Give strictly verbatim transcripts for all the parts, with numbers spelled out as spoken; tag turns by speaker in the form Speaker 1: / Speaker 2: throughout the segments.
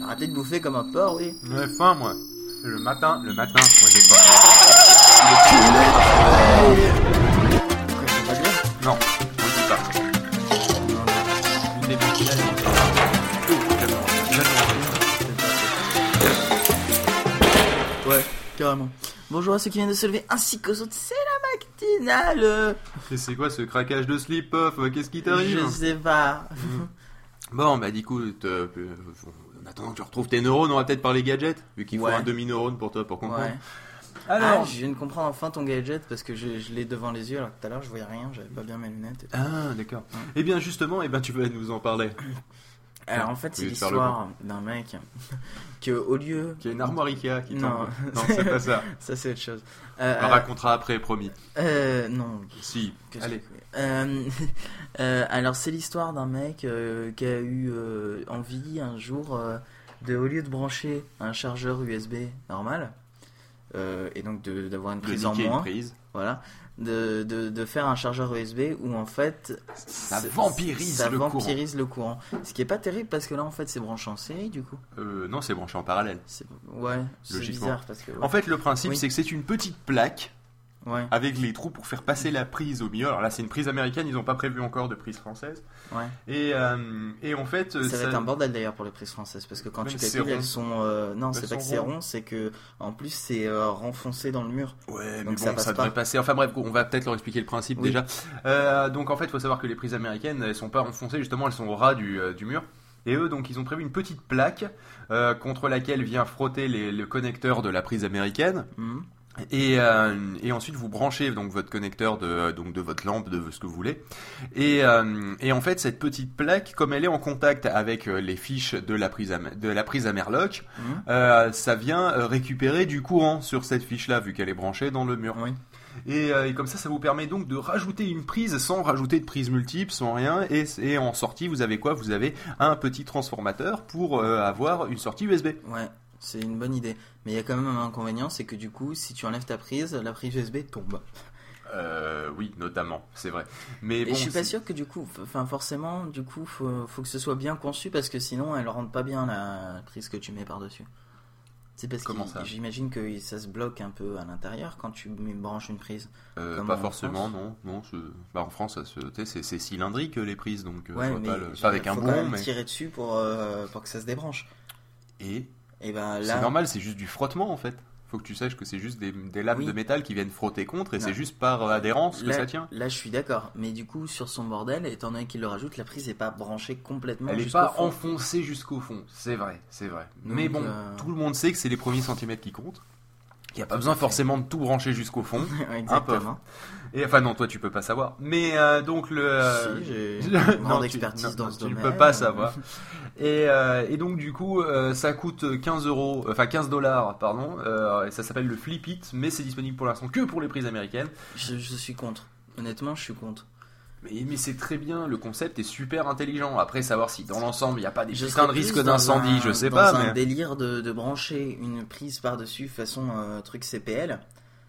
Speaker 1: Arrêtez de bouffer comme un porc, oui.
Speaker 2: J'ai faim, moi. Le matin, le matin, moi j'ai faim.
Speaker 1: Quoi, c'est pas bien?
Speaker 2: Non, on le dit pas. Une des matinales,
Speaker 1: Ouais, carrément. Bonjour à ceux qui viennent de se lever ainsi qu'aux autres, c'est la matinale.
Speaker 2: Et c'est quoi ce craquage de slip, Puff? Qu'est-ce qui t'arrive?
Speaker 1: Je sais pas.
Speaker 2: Bon, bah du coup, euh, en attendant que tu retrouves tes neurones, on va peut-être parler gadget, vu qu'il
Speaker 1: Ouais.
Speaker 2: faut un demi-neurone pour toi, pour comprendre.
Speaker 1: Ouais.
Speaker 2: Alors,
Speaker 1: Ah, je viens de comprendre enfin ton gadget parce que je, je l'ai devant les yeux alors que tout à l'heure je voyais rien, j'avais pas bien mes lunettes. Et tout.
Speaker 2: ah, d'accord.
Speaker 1: Ouais.
Speaker 2: Eh bien, justement, eh ben, tu vas nous en parler.
Speaker 1: Alors en fait c'est
Speaker 2: Au lieu de faire le
Speaker 1: l'histoire d'un mec que au lieu...
Speaker 2: Qu'il y a une armoire Ikea qui
Speaker 1: Non.
Speaker 2: tombe. Non, c'est pas ça.
Speaker 1: Ça c'est autre chose.
Speaker 2: On
Speaker 1: Euh,
Speaker 2: la
Speaker 1: euh,
Speaker 2: racontera après, promis.
Speaker 1: euh, non.
Speaker 2: Si,
Speaker 1: Qu'est-ce
Speaker 2: allez.
Speaker 1: que- Euh, euh, alors c'est l'histoire d'un mec euh, qui a eu euh, envie un jour euh, de, au lieu de brancher un chargeur U S B normal euh, et donc de- d'avoir une
Speaker 2: De
Speaker 1: prise en
Speaker 2: niquer une
Speaker 1: moins,
Speaker 2: prise.
Speaker 1: voilà, de, de, de faire un chargeur U S B où en fait
Speaker 2: Ça
Speaker 1: c'est-
Speaker 2: vampirise
Speaker 1: ça
Speaker 2: le courant.
Speaker 1: vampirise le courant. Ce qui est pas terrible parce que là en fait c'est branché en série du coup.
Speaker 2: Euh, non, c'est branché en parallèle.
Speaker 1: C'est, ouais, c'est
Speaker 2: Logiquement.
Speaker 1: bizarre parce que ouais.
Speaker 2: En fait, le principe,
Speaker 1: Oui.
Speaker 2: c'est que c'est une petite plaque
Speaker 1: ouais,
Speaker 2: avec les trous pour faire passer la prise au milieu. Alors là, c'est une prise américaine, ils n'ont pas prévu encore de prise française.
Speaker 1: ouais.
Speaker 2: Et, euh, et en fait,
Speaker 1: Ça va être un bordel d'ailleurs pour les prises françaises parce que quand
Speaker 2: Mais
Speaker 1: tu
Speaker 2: c'est
Speaker 1: calcules
Speaker 2: rond.
Speaker 1: elles sont euh, non
Speaker 2: Elles
Speaker 1: c'est pas que
Speaker 2: sont
Speaker 1: c'est
Speaker 2: rondes.
Speaker 1: rond, c'est que en plus c'est euh, renfoncé dans le mur.
Speaker 2: Ouais, mais
Speaker 1: Donc
Speaker 2: bon,
Speaker 1: ça
Speaker 2: ça,
Speaker 1: passe
Speaker 2: devrait
Speaker 1: pas.
Speaker 2: passer. Enfin bref, on va peut-être leur expliquer le principe
Speaker 1: Oui.
Speaker 2: déjà. Euh, donc en fait, il faut savoir que les prises américaines, elles sont pas enfoncées, justement, elles sont au ras du, euh, du mur. Et eux, donc, ils ont prévu une petite plaque euh, contre laquelle vient frotter les, le connecteur de la prise américaine.
Speaker 1: Mhm.
Speaker 2: Et, euh, et ensuite vous branchez donc votre connecteur de donc de votre lampe, de ce que vous voulez. Et, euh, et en fait cette petite plaque, comme elle est en contact avec euh, les fiches de la prise am- de la prise Amerloc,
Speaker 1: Mhm.
Speaker 2: euh, ça vient euh, récupérer du courant sur cette fiche là vu qu'elle est branchée dans le mur.
Speaker 1: Oui.
Speaker 2: Et, euh, et comme ça, ça vous permet donc de rajouter une prise sans rajouter de prise multiple, sans rien. Et, et en sortie, vous avez quoi? Vous avez un petit transformateur pour euh, avoir une sortie U S B.
Speaker 1: Ouais, c'est une bonne idée. Mais il y a quand même un inconvénient, c'est que du coup, si tu enlèves ta prise, la prise U S B tombe.
Speaker 2: Euh, oui, notamment, c'est vrai. Mais
Speaker 1: Et
Speaker 2: bon,
Speaker 1: je suis pas
Speaker 2: c'est-
Speaker 1: sûr que du coup, enfin forcément, du coup, faut, faut que ce soit bien conçu parce que sinon, elle rentre pas bien la prise que tu mets par dessus. C'est parce que
Speaker 2: Comment ça
Speaker 1: j'imagine que ça se bloque un peu à l'intérieur quand tu mets- branches une prise.
Speaker 2: Euh,
Speaker 1: Comme
Speaker 2: pas
Speaker 1: en
Speaker 2: forcément,
Speaker 1: France.
Speaker 2: non, non. c'est- Bah, en France, ça se, tu sais, c'est, c'est cylindrique les prises, donc euh,
Speaker 1: Ouais,
Speaker 2: je vois
Speaker 1: mais
Speaker 2: pas le-
Speaker 1: je-
Speaker 2: pas avec un
Speaker 1: faut quand
Speaker 2: boulon,
Speaker 1: même
Speaker 2: mais
Speaker 1: tirer dessus pour euh, pour que ça se débranche.
Speaker 2: et
Speaker 1: Et ben là,
Speaker 2: c'est normal, c'est juste du frottement en fait. Faut que tu saches que c'est juste des, des lames
Speaker 1: Oui.
Speaker 2: de métal qui viennent frotter contre, et
Speaker 1: Non.
Speaker 2: c'est juste par euh, adhérence que
Speaker 1: là,
Speaker 2: ça tient.
Speaker 1: là, je suis d'accord. Mais du coup, sur son bordel, étant donné qu'il le rajoute, la prise est pas branchée complètement.
Speaker 2: Elle est
Speaker 1: jusqu'au
Speaker 2: pas
Speaker 1: fond.
Speaker 2: enfoncée jusqu'au fond, c'est vrai, c'est vrai.
Speaker 1: Donc,
Speaker 2: mais bon,
Speaker 1: euh,
Speaker 2: tout le monde sait que c'est les premiers centimètres qui comptent. Il n'y a pas besoin forcément de tout brancher jusqu'au fond.
Speaker 1: Exactement.
Speaker 2: Et enfin non, toi tu peux pas savoir. Mais euh, donc le. euh,
Speaker 1: Si, j'ai une
Speaker 2: non,
Speaker 1: grande
Speaker 2: tu-
Speaker 1: expertise
Speaker 2: non,
Speaker 1: dans
Speaker 2: non,
Speaker 1: ce
Speaker 2: tu ne
Speaker 1: domaine.
Speaker 2: peux pas savoir. Et, euh, et donc du coup, euh, ça coûte quinze euros, enfin quinze dollars, pardon. Euh, et ça s'appelle le Flip It, mais c'est disponible pour l'instant que pour les prises américaines.
Speaker 1: Je, je suis contre. Honnêtement, je suis contre.
Speaker 2: Mais, mais c'est très bien, le concept est super intelligent. Après, savoir si dans l'ensemble il n'y a pas des
Speaker 1: Je
Speaker 2: putains
Speaker 1: serais
Speaker 2: de
Speaker 1: plus
Speaker 2: risques
Speaker 1: dans
Speaker 2: d'incendie,
Speaker 1: un-
Speaker 2: je sais
Speaker 1: dans
Speaker 2: pas.
Speaker 1: un
Speaker 2: Mais...
Speaker 1: délire de, de brancher une prise par-dessus façon euh, truc C P L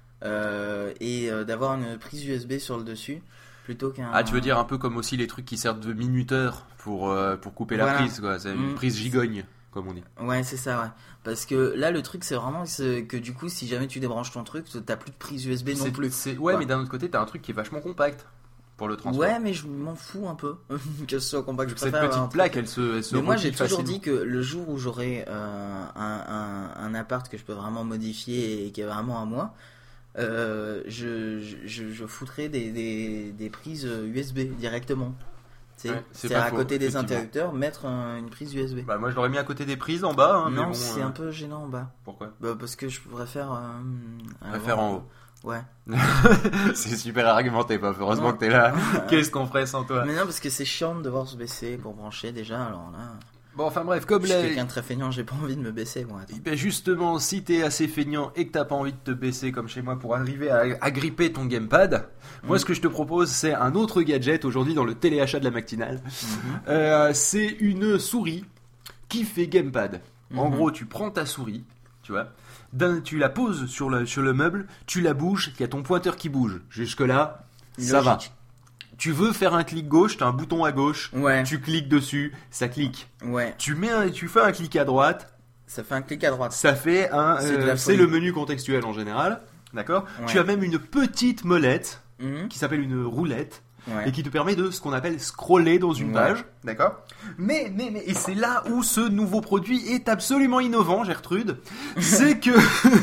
Speaker 1: euh, et euh, d'avoir une prise U S B sur le dessus plutôt qu'un...
Speaker 2: Ah, tu veux dire un peu comme aussi les trucs qui servent de minuteur pour, euh, pour couper la
Speaker 1: Voilà.
Speaker 2: prise, quoi. C'est une
Speaker 1: Mm.
Speaker 2: prise gigogne, comme on dit.
Speaker 1: Ouais, c'est ça, ouais. Parce que là, le truc, c'est vraiment c'est que du coup, si jamais tu débranches ton truc, t'as plus de prise U S B non
Speaker 2: C'est-
Speaker 1: plus.
Speaker 2: c'est- Ouais,
Speaker 1: Ouais.
Speaker 2: mais d'un autre côté, t'as un truc qui est vachement compact pour le transport.
Speaker 1: Ouais, mais je m'en fous un peu que ce soit compact. Je
Speaker 2: Cette
Speaker 1: préfère avoir un
Speaker 2: petite
Speaker 1: truc-
Speaker 2: plaque, elle se, elle se
Speaker 1: Mais moi,
Speaker 2: replie
Speaker 1: j'ai toujours
Speaker 2: facilement.
Speaker 1: dit que le jour où j'aurai euh, un, un, un appart que je peux vraiment modifier et qui est vraiment à moi, euh, je, je, je foutrai des, des, des prises U S B directement. Tu sais,
Speaker 2: Ouais, c'est
Speaker 1: c'est
Speaker 2: pas
Speaker 1: à
Speaker 2: faux,
Speaker 1: côté des
Speaker 2: effectivement.
Speaker 1: interrupteurs, mettre un- une prise U S B.
Speaker 2: Bah, moi, je l'aurais mis à côté des prises en bas. Hein, mais
Speaker 1: non,
Speaker 2: bon,
Speaker 1: c'est
Speaker 2: euh,
Speaker 1: un peu gênant en bas.
Speaker 2: Pourquoi?
Speaker 1: Bah, parce que je préfère. Euh,
Speaker 2: Je préfère en haut.
Speaker 1: Ouais.
Speaker 2: C'est super argumenté, pas. Heureusement
Speaker 1: Non.
Speaker 2: que t'es là. Qu'est-ce qu'on ferait sans toi?
Speaker 1: Mais non, parce que c'est chiant de devoir se baisser pour brancher déjà. Alors là,
Speaker 2: Bon, enfin bref, comme
Speaker 1: je suis
Speaker 2: la...
Speaker 1: quelqu'un de très feignant, j'ai pas envie de me baisser, moi. Attends.
Speaker 2: Eh ben, justement, si t'es assez feignant et que t'as pas envie de te baisser comme chez moi pour arriver à agripper ton gamepad, moi
Speaker 1: Mm.
Speaker 2: ce que je te propose c'est un autre gadget aujourd'hui dans le téléachat de la matinale.
Speaker 1: Mhm.
Speaker 2: Euh, c'est une souris qui fait gamepad. En
Speaker 1: Mhm.
Speaker 2: gros, tu prends ta souris, tu vois, d'un- tu la poses sur le, sur le meuble, tu la bouges, il y a ton pointeur qui bouge. Jusque là, ça va.
Speaker 1: Logique.
Speaker 2: Tu veux faire un clic gauche, t'as un bouton à gauche,
Speaker 1: Ouais.
Speaker 2: tu cliques dessus, ça clique.
Speaker 1: Ouais.
Speaker 2: Tu mets un, tu fais un clic à droite,
Speaker 1: Ça fait un clic à droite.
Speaker 2: ça fait un,
Speaker 1: C'est de
Speaker 2: euh,
Speaker 1: la
Speaker 2: c'est
Speaker 1: folie.
Speaker 2: le menu contextuel en général, d'accord.
Speaker 1: Ouais.
Speaker 2: Tu as même une petite molette
Speaker 1: Mhm.
Speaker 2: qui s'appelle une roulette.
Speaker 1: Ouais.
Speaker 2: Et qui te permet de ce qu'on appelle scroller dans une
Speaker 1: Ouais.
Speaker 2: page, d'accord. Mais, mais, mais, et c'est là où ce nouveau produit est absolument innovant, Gertrude. C'est que,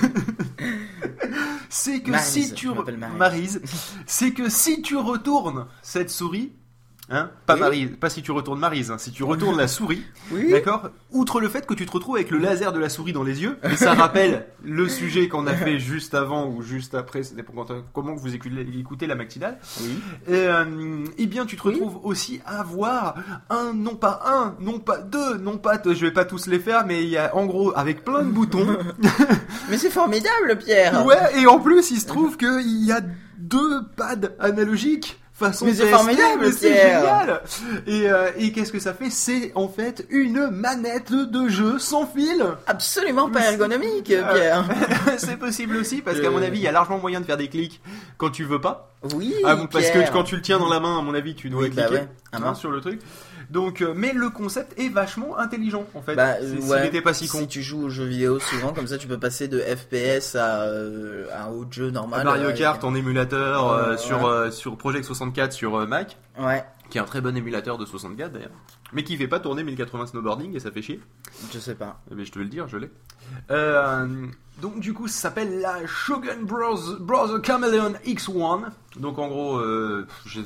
Speaker 2: c'est que
Speaker 1: Maryse,
Speaker 2: si tu,
Speaker 1: je
Speaker 2: re-
Speaker 1: m'appelle Maryse.
Speaker 2: Maryse, c'est que si tu retournes cette souris, hein, pas
Speaker 1: Oui.
Speaker 2: Maryse, pas si tu retournes Maryse, hein, si tu retournes la souris,
Speaker 1: Oui.
Speaker 2: d'accord. Outre le fait que tu te retrouves avec le laser de la souris dans les yeux, et ça rappelle le sujet qu'on a fait juste avant ou juste après, ça dépend quand- comment vous écoutez, écoutez la matinale.
Speaker 1: Oui.
Speaker 2: Et, euh, eh bien, tu te
Speaker 1: Oui.
Speaker 2: retrouves aussi à avoir un, non pas un, non pas deux, non pas, je vais pas tous les faire, mais il y a en gros avec plein de boutons.
Speaker 1: Mais c'est formidable, Pierre.
Speaker 2: Ouais, et en plus, il se trouve qu'il y a deux pads analogiques. Façon
Speaker 1: Mais c'est
Speaker 2: P S P,
Speaker 1: formidable,
Speaker 2: mais c'est
Speaker 1: Pierre.
Speaker 2: génial. Et, euh, et qu'est-ce que ça fait? C'est en fait une manette de jeu sans fil.
Speaker 1: Absolument pas
Speaker 2: Mais c'est-
Speaker 1: ergonomique,
Speaker 2: Euh,
Speaker 1: Pierre.
Speaker 2: C'est possible aussi parce qu'à
Speaker 1: Euh.
Speaker 2: mon avis, il y a largement moyen de faire des clics quand tu veux pas.
Speaker 1: Oui,
Speaker 2: Ah bon, parce
Speaker 1: Pierre.
Speaker 2: que quand tu le tiens dans la main, à mon avis, tu dois
Speaker 1: Oui, bah
Speaker 2: cliquer
Speaker 1: ouais, à
Speaker 2: hein,
Speaker 1: main.
Speaker 2: sur le truc. Donc, euh, mais le concept est vachement intelligent en fait.
Speaker 1: Bah,
Speaker 2: C'est-
Speaker 1: euh,
Speaker 2: S'il
Speaker 1: ouais.
Speaker 2: n'était pas si con.
Speaker 1: Si tu joues aux jeux vidéo souvent, comme ça tu peux passer de F P S à, euh, à un autre jeu normal.
Speaker 2: Mario
Speaker 1: euh,
Speaker 2: Kart en émulateur euh,
Speaker 1: Ouais,
Speaker 2: sur
Speaker 1: ouais.
Speaker 2: euh, sur Project soixante-quatre sur euh, Mac,
Speaker 1: Ouais,
Speaker 2: qui est un très bon émulateur de soixante-quatre d'ailleurs, mais qui fait pas tourner mille quatre-vingts snowboarding et ça fait chier.
Speaker 1: je sais pas.
Speaker 2: Eh ben, je te vais le dire, je l'ai. Euh, donc du coup, ça s'appelle la Shogun Bros. Bros. Chameleon X un. Donc en gros, euh, je,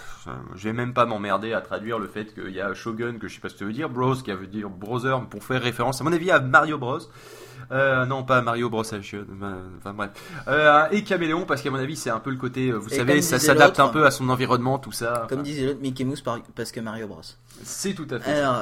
Speaker 2: je vais même pas m'emmerder à traduire le fait qu'il y a Shogun, que je sais pas ce que ça veut dire, Bros, qui veut dire brother, pour faire référence, à mon avis, à Mario Bros. Euh, non, pas Mario Bros. Action. Enfin bref. Euh, et Caméléon, parce qu'à mon avis, c'est un peu le côté, vous
Speaker 1: Et
Speaker 2: savez,
Speaker 1: comme
Speaker 2: ça
Speaker 1: disait
Speaker 2: s'adapte un
Speaker 1: l'autre,
Speaker 2: peu à son environnement, tout ça.
Speaker 1: Comme
Speaker 2: Enfin,
Speaker 1: disait l'autre, Mickey Mouse par- parce que Mario Bros.
Speaker 2: c'est tout à fait.
Speaker 1: Alors,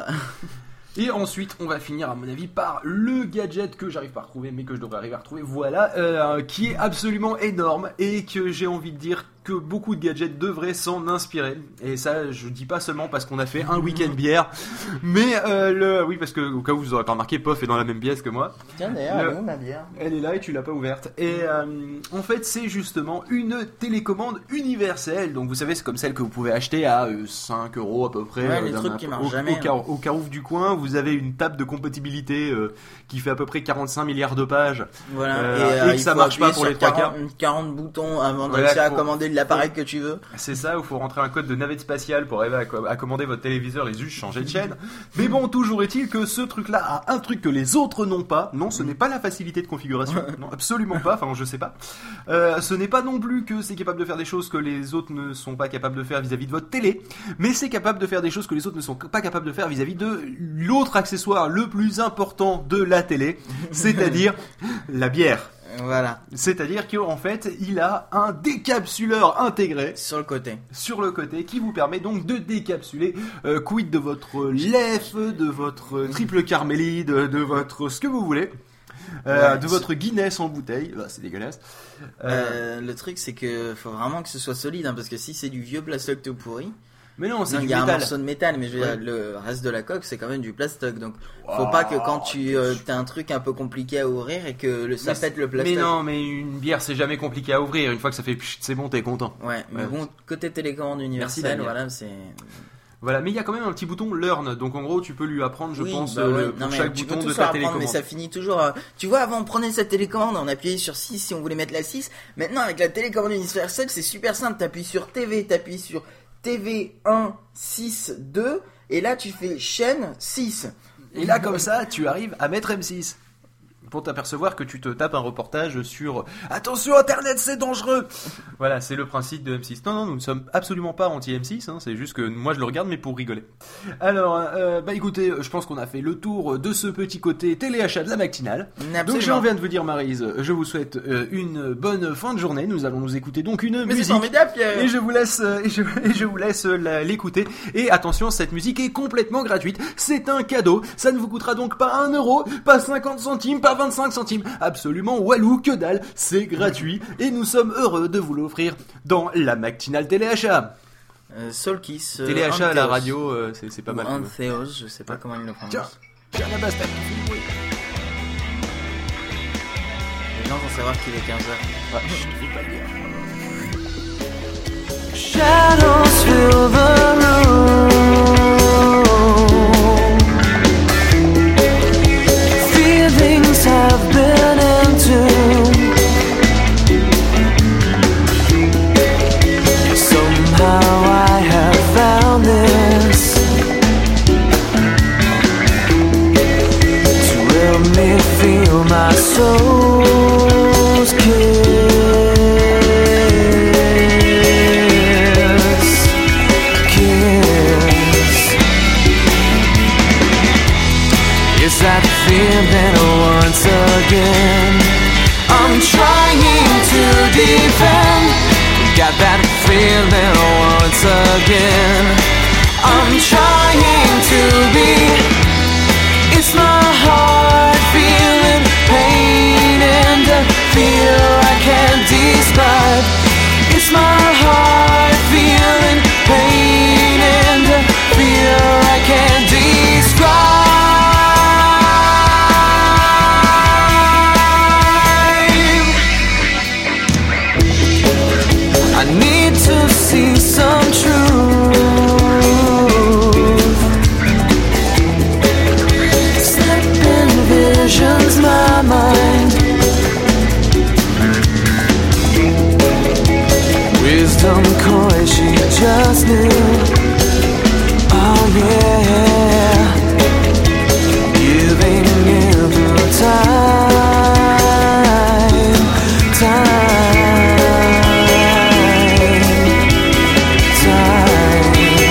Speaker 2: Et ensuite, on va finir, à mon avis, par le gadget que j'arrive pas à retrouver, mais que je devrais arriver à retrouver, voilà, euh, qui est absolument énorme et que j'ai envie de dire que beaucoup de gadgets devraient s'en inspirer. Et ça, je dis pas seulement parce qu'on a fait un week-end bière, mais euh, le, oui, parce que au cas où vous aurez pas remarqué, Pof est dans la même pièce que moi.
Speaker 1: tiens d'ailleurs,
Speaker 2: Le-
Speaker 1: elle est où, ma bière?
Speaker 2: Elle est là et tu l'as pas ouverte. Et euh, en fait, c'est justement une télécommande universelle. Donc vous savez, c'est comme celle que vous pouvez acheter à euh, cinq euros à peu près.
Speaker 1: Ouais,
Speaker 2: euh,
Speaker 1: les
Speaker 2: dans
Speaker 1: trucs
Speaker 2: un-
Speaker 1: qui
Speaker 2: au,
Speaker 1: marchent
Speaker 2: au,
Speaker 1: jamais,
Speaker 2: car- au carouf du coin, vous avez une table de compatibilité euh, qui fait à peu près quarante-cinq milliards de pages.
Speaker 1: Voilà,
Speaker 2: Euh,
Speaker 1: et,
Speaker 2: et
Speaker 1: euh,
Speaker 2: que
Speaker 1: il
Speaker 2: ça
Speaker 1: faut
Speaker 2: marche pas
Speaker 1: appuyer
Speaker 2: pour les
Speaker 1: sur
Speaker 2: trois
Speaker 1: quarante, quarante boutons avant de
Speaker 2: Voilà,
Speaker 1: réussir à
Speaker 2: faut-
Speaker 1: commander l'appareil que tu veux.
Speaker 2: C'est ça, il faut rentrer un code de navette spatiale pour arriver à, co- à commander votre téléviseur et juste changer de chaîne. Mais bon, toujours est-il que ce truc-là a un truc que les autres n'ont pas. Non, ce n'est pas la facilité de configuration. Non, absolument pas. Enfin, je sais pas. Euh, ce n'est pas non plus que c'est capable de faire des choses que les autres ne sont pas capables de faire vis-à-vis de votre télé. Mais c'est capable de faire des choses que les autres ne sont pas capables de faire vis-à-vis de l'autre accessoire le plus important de la télé. C'est-à-dire la bière.
Speaker 1: Voilà,
Speaker 2: C'est-à-dire qu'en fait, il a un décapsuleur intégré
Speaker 1: sur le côté.
Speaker 2: sur le côté qui vous permet donc de décapsuler euh, quid de votre lef, de votre triple carmélie, de, de votre ce que vous voulez, euh,
Speaker 1: Ouais,
Speaker 2: de votre Guinness en bouteille. Bah, c'est dégueulasse. Euh,
Speaker 1: Euh, le truc c'est que faut vraiment que ce soit solide, hein, parce que si c'est du vieux plastoc tout pourri,
Speaker 2: mais non, c'est
Speaker 1: non,
Speaker 2: du
Speaker 1: il y a un
Speaker 2: métal.
Speaker 1: morceau de métal, mais je veux
Speaker 2: Ouais.
Speaker 1: dire, le reste de la coque c'est quand même du plastoc, donc faut
Speaker 2: Oh,
Speaker 1: pas que quand tu
Speaker 2: t'es
Speaker 1: euh,
Speaker 2: sûr.
Speaker 1: t'as un truc un peu compliqué à ouvrir et que le, ça
Speaker 2: Mais
Speaker 1: pète le
Speaker 2: Mais
Speaker 1: plastoc.
Speaker 2: non, mais une bière c'est jamais compliqué à ouvrir. Une fois que ça fait pchit, c'est bon, t'es content.
Speaker 1: Ouais, mais
Speaker 2: Ouais.
Speaker 1: bon, côté télécommande universelle,
Speaker 2: Daniel.
Speaker 1: voilà, c'est.
Speaker 2: Voilà, mais il y a quand même un petit bouton Learn, donc en gros tu peux lui apprendre, je
Speaker 1: Oui,
Speaker 2: pense,
Speaker 1: bah
Speaker 2: euh,
Speaker 1: ouais.
Speaker 2: le- pour
Speaker 1: Non, mais
Speaker 2: chaque
Speaker 1: tu peux
Speaker 2: bouton
Speaker 1: tout
Speaker 2: de
Speaker 1: faire
Speaker 2: ta
Speaker 1: apprendre,
Speaker 2: télécommande.
Speaker 1: mais ça finit toujours. euh, Tu vois, avant on prenait sa télécommande, on appuyait sur six si on voulait mettre la six. Maintenant avec la télécommande universelle, c'est super simple. T'appuies sur T V, t'appuies sur T V un, six, deux, et là tu fais chaîne six.
Speaker 2: Et là, comme ça, tu arrives à mettre M six. Pour t'apercevoir que tu te tapes un reportage sur attention internet c'est dangereux. Voilà, c'est le principe de M six. Non non, nous ne sommes absolument pas anti M six, hein, c'est juste que moi je le regarde mais pour rigoler. Alors euh, bah écoutez, je pense qu'on a fait le tour de ce petit côté téléachat de la matinale. Donc j'ai envie de vous dire Maryse, je vous souhaite euh, une bonne fin de journée. Nous allons nous écouter donc une
Speaker 1: Mais c'est
Speaker 2: musique.
Speaker 1: formidable, Pierre.
Speaker 2: Et je vous laisse, euh, et je, et je vous laisse euh, la- l'écouter. Et attention, cette musique est complètement gratuite. C'est un cadeau. Ça ne vous coûtera donc pas un euro, pas cinquante centimes, pas vingt-cinq centimes. Absolument walou, que dalle. C'est gratuit. Et nous sommes heureux de vous l'offrir dans la matinale téléachat.
Speaker 1: Euh, Soul Kiss. euh,
Speaker 2: Téléachat à la
Speaker 1: Antheos.
Speaker 2: radio, euh, c'est, c'est pas
Speaker 1: Ou
Speaker 2: mal.
Speaker 1: Antheos, je sais pas comment il le prononce.
Speaker 2: Tiens, tiens la bastard.
Speaker 1: Les gens vont savoir qu'il est quinze heures.
Speaker 2: Ah, chut, faut pas le dire.
Speaker 3: Shadows fill the room. Feelings have been entombed. Somehow I have found this to help me feel my soul's kiss, kiss. Is that feeling once again? I'm trying to defend. Got that feeling once again. I'm trying to be. It's my heart feeling pain and a fear I can't describe. It's my heart feeling pain and a fear I can't describe. I need to see some truth. Slipping visions my mind. Wisdom coy she just knew. Oh yeah. Giving you the time, time, time.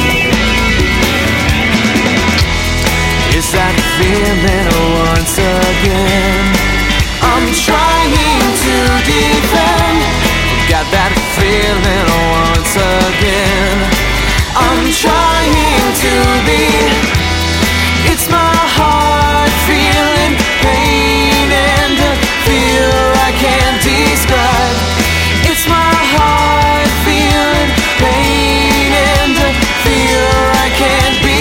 Speaker 3: Is that feeling once again? I'm trying to defend. Got that feeling once again. I'm trying to be. It's my heart feeling pain and a fear I can't describe. It's my heart feeling pain and a fear I can't be.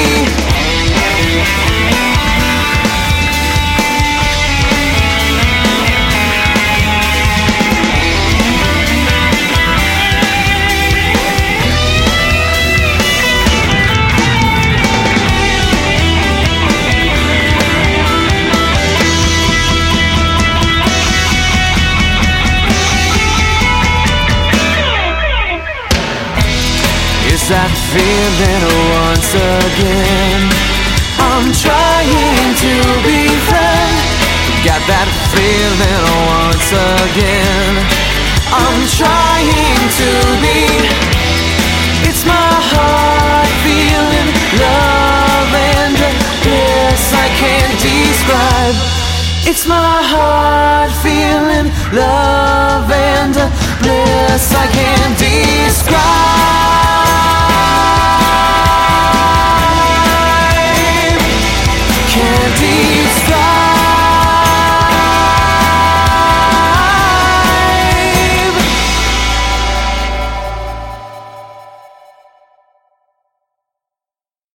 Speaker 3: That feeling once again. I'm trying to befriend. Got that feeling once again. I'm trying to be. It's my heart feeling love and bliss I can't describe. It's my heart feeling love and bliss I can't